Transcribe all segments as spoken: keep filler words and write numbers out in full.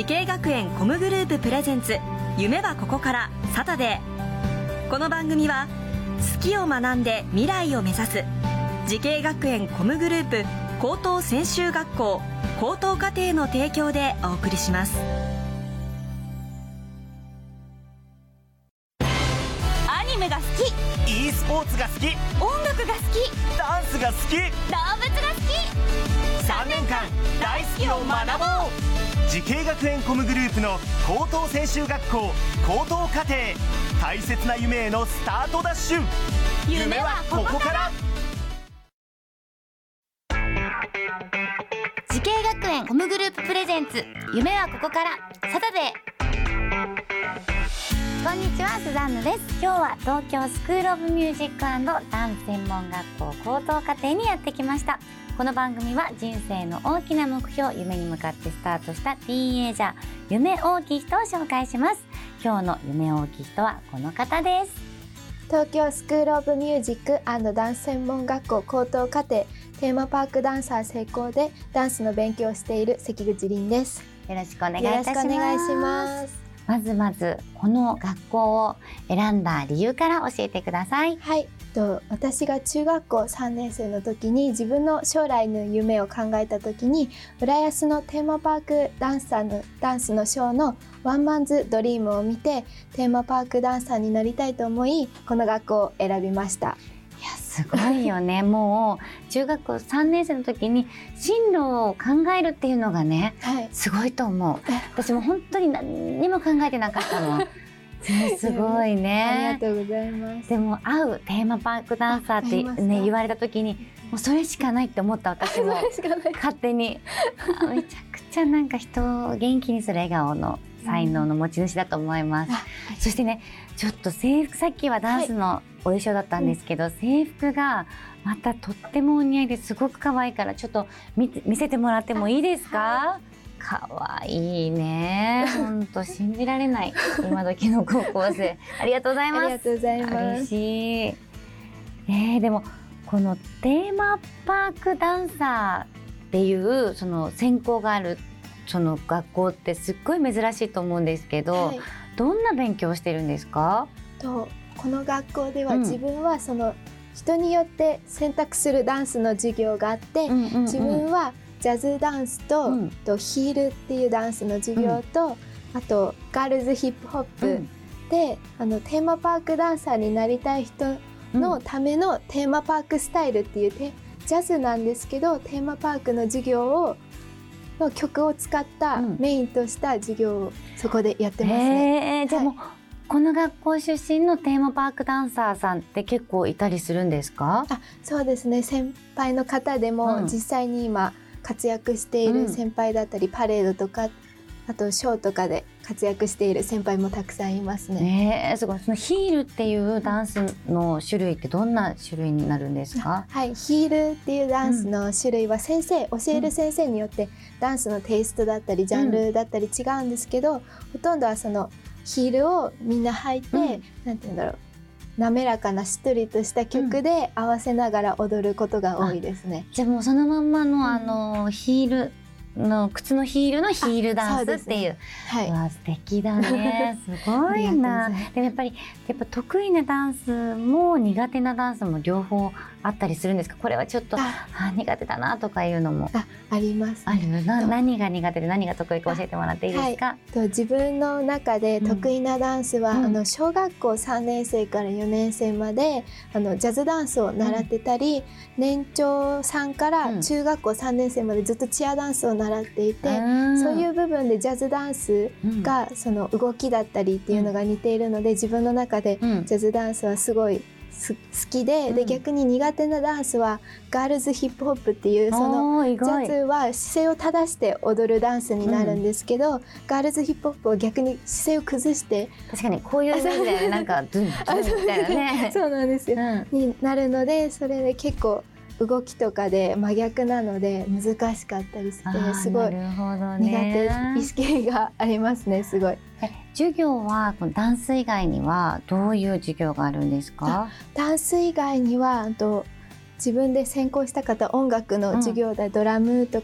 時系学園コムグループプレゼンツ夢はここからサタデー。この番組は好きを学んで未来を目指す時系学園コムグループ高等専修学校高等課程の提供でお送りします。 アニメが好き、 e スポーツが好き、 音楽が好き、 ダンスが好き、 動物が好き。 さんねんかん大好きを学ぼう。時系学園コムグループの高等専修学校高等課程、大切な夢へのスタートダッシュ。夢はここから。 時系学園コムグループプレゼンツ夢はここからサタデー。こんにちは、スザンヌです。今日は東京スクールオブミュージック&ダンス専門学校高等課程にやってきました。この番組は人生の大きな目標、夢に向かってスタートしたティーンエイジャー、夢大きい人を紹介します。今日の夢大きい人はこの方です。 東京スクールオブミュージック&ダンス専門学校高等課程テーマパークダンサー専攻でダンスの勉強をしている関口凛です。 よろしくお願いいたします。 よろしくお願いします。 まずまずこの学校を選んだ理由から教えてください。 はい、と私が中学校さんねん生の時に自分の将来の夢を考えた時に浦安のテーマパークダンサーのダンスのショーのワンマンズドリームを見てテーマパークダンサーになりたいと思い、この学校を選びました。 いやすごいよねもう中学校さんねん生の時に進路を考えるっていうのがね、はい、すごいと思う。私も本当に何にも考えてなかったもんすごいね。 ありがとうございます。 でも合うテーマパークダンサーって、ね、言われた時にもうそれしかないって思った私も勝手にめちゃくちゃなんか人を元気にする笑顔の才能の持ち主だと思います、うん、そしてねちょっと制服、さっきはダンスのお衣装だったんですけど、はい、制服がまたとってもお似合いですごく可愛いからちょっと 見, 見せてもらってもいいですか？可愛いね。本当信じられない今時の高校生。ありがとうございます。 ありがとうございます。 嬉しい。えー、でもこのテーマパークダンサーっていうその専攻があるその学校ってすっごい珍しいと思うんですけど、はい、どんな勉強をしてるんですか？とこの学校では自分はその人によって選択するダンスの授業があって、うんうんうん、自分はジャズダンス と,、うん、とヒールっていうダンスの授業と、うん、あとガールズヒップホップ、うん、であのテーマパークダンサーになりたい人のためのテーマパークスタイルっていう、ジャズなんですけどテーマパークの授業をの曲を使ったメインとした授業をそこでやってますね。 えー、でも、はい、この学校出身のテーマパークダンサーさんって結構いたりするんですか？ あ、そうですね。先輩の方でも実際に今活躍している先輩だったり、うん、パレードとかあとショーとかで活躍している先輩もたくさんいますね。 ねえ、すごい。そのヒールっていうダンスの種類ってどんな種類になるんですか？ はい、ヒールっていうダンスの種類は先生、うん、教える先生によってダンスのテイストだったりジャンルだったり違うんですけど、うん、ほとんどはそのヒールをみんな履いて、うん、なんて言うんだろう、滑らかなしっとりとした曲で合わせながら踊ることが多いですね。 じゃあもうそのまんまの、あのヒールの靴のヒールのヒールダンスっていう、はい、うわ素敵だね。すごいな。でもやっぱりやっぱ得意なダンスも苦手なダンスも両方あったりするんですか？これはちょっとああ苦手だなとかいうのもあ, あります、ね、 あるな。何が苦手で何が得意か教えてもらっていいですか？ はい、と自分の中で得意なダンスは、うん、あの小学校さんねん生からよねん生まであのジャズダンスを習ってたり、うん、年長さんから中学校さんねん生までずっとチアダンスを習っていて、うん、そういう部分でジャズダンスが、うん、その動きだったりっていうのが似ているので、自分の中でジャズダンスはすごい好きで、うん、で逆に苦手なダンスはガールズヒップホップっていうそのジャズは姿勢を正して踊るダンスになるんですけど、うん、ガールズヒップホップは逆に姿勢を崩して、 確かにこういうイメージでなんかドゥンドゥンみたいなねそうなんですよ、うん、になるので、それで結構動きとかで真逆なので難しかったりして、すごい苦手意識がありますね。すごい。 授業はこのダンス以外にはどういう授業があるんですか？ ダンス以外にはと自分で専攻したかった音楽の授業で、うん、ドラムとか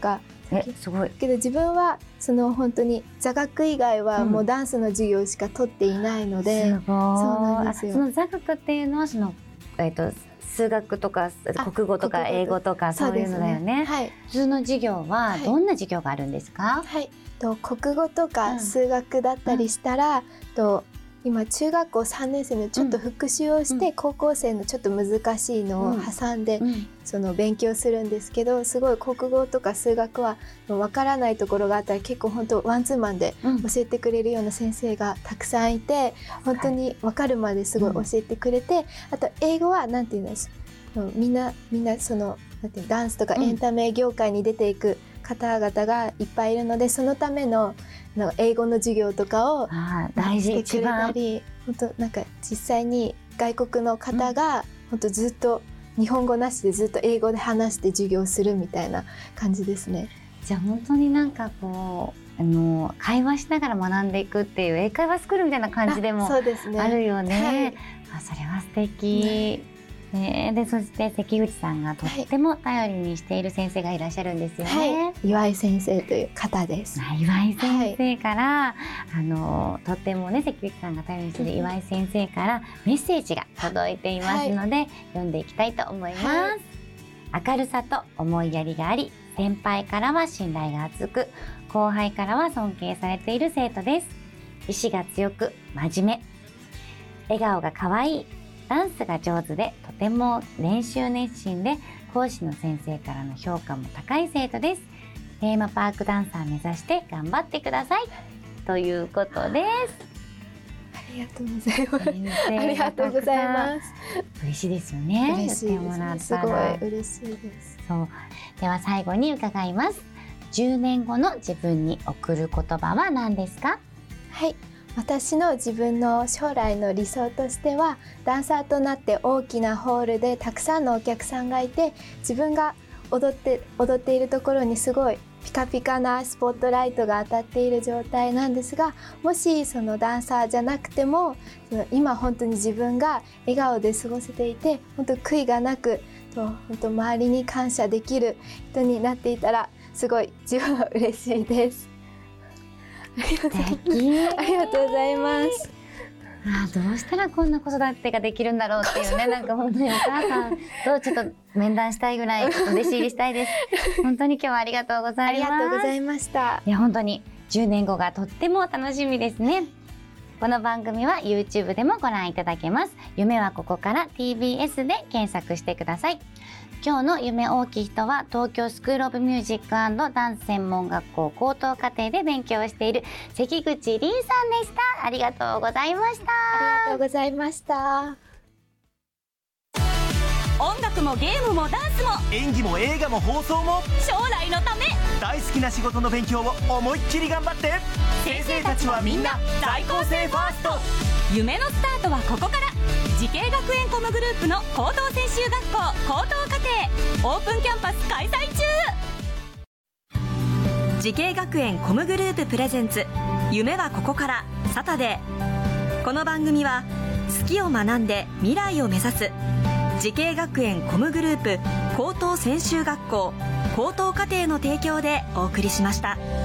えすごい。 けど自分はその本当に座学以外はもうダンスの授業しか取っていないので、 すごい。 そうなんですよ。 その座学っていうのはその、えー、と数学とか国語とか英語とかそういうのだよね。 はい、 普通の授業はどんな授業があるんですか？ はい、と国語とか数学だったりしたら、うん、と今中学校さんねん生のちょっと復習をして、うん、高校生のちょっと難しいのを挟んで、うん、その勉強するんですけど、すごい国語とか数学はわからないところがあったら結構本当ワンツーマンで教えてくれるような先生がたくさんいて、うん、本当にわかるまですごい教えてくれて、うん、あと英語はなんていうんですみんなみんなそのなんていうダンスとかエンタメ業界に出ていく方々がいっぱいいるので、そのための英語の授業とかを大事してくれたり、本当なんか実際に外国の方が本当ずっと日本語なしでずっと英語で話して授業するみたいな感じですね。 じゃあ本当になんかこうあの会話しながら学んでいくっていう英会話スクールみたいな感じでもあるよね。はい、あ、それは素敵。ね、でそして関口さんがとっても頼りにしている先生がいらっしゃるんですよね。 はい、岩井先生という方です。 岩井先生から、はい、あのとってもね関口さんが頼りにしている岩井先生からメッセージが届いていますので、はい、読んでいきたいと思います。はい、明るさと思いやりがあり、先輩からは信頼が厚く、後輩からは尊敬されている生徒です。意志が強く真面目、笑顔が可愛い、ダンスが上手でとても練習熱心で、講師の先生からの評価も高い生徒です。テーマパークダンサー目指して頑張ってくださいということです。 ありがとうございます。ありがとうございます。 嬉しいですよね。 嬉しいですね。すごい嬉しいです。 そう。では最後に伺います。じゅうねんごの自分に贈る言葉は何ですか？ はい。私の自分の将来の理想としては、ダンサーとなって大きなホールでたくさんのお客さんがいて、自分が踊って踊っているところにすごいピカピカなスポットライトが当たっている状態なんですが、もしそのダンサーじゃなくても、その今本当に自分が笑顔で過ごせていて、本当悔いがなくと本当周りに感謝できる人になっていたら、すごい自分は嬉しいです。ありがとうありがとうございます。 あ、どうしたらこんな子育てができるんだろうっていうね、なんか本当にお母さんとちょっと面談したいぐらい弟子入りしたいです。本当に今日はありがとうございます。 ありがとうございました。 いや本当にじゅうねんごがとっても楽しみですね。この番組は YouTube でもご覧いただけます。夢はここから ティービーエス で検索してください。今日の夢大きい人は東京スクールオブミュージック&ダンス専門学校高等課程で勉強している関口凛さんでした。ありがとうございました。 ありがとうございました。 音楽もゲームもダンスも演技も映画も放送も将来のため、 大好きな仕事の勉強を思いっきり頑張って。先生たちはみんな在校生ファースト。 夢のスタートはここから。慈恵学園コムグループの高等専修学校高等課程オープンキャンパス開催中。慈恵学園コムグループプレゼンツ夢はここからサタデー。この番組は好きを学んで未来を目指す慈恵学園コムグループ高等専修学校高等課程の提供でお送りしました。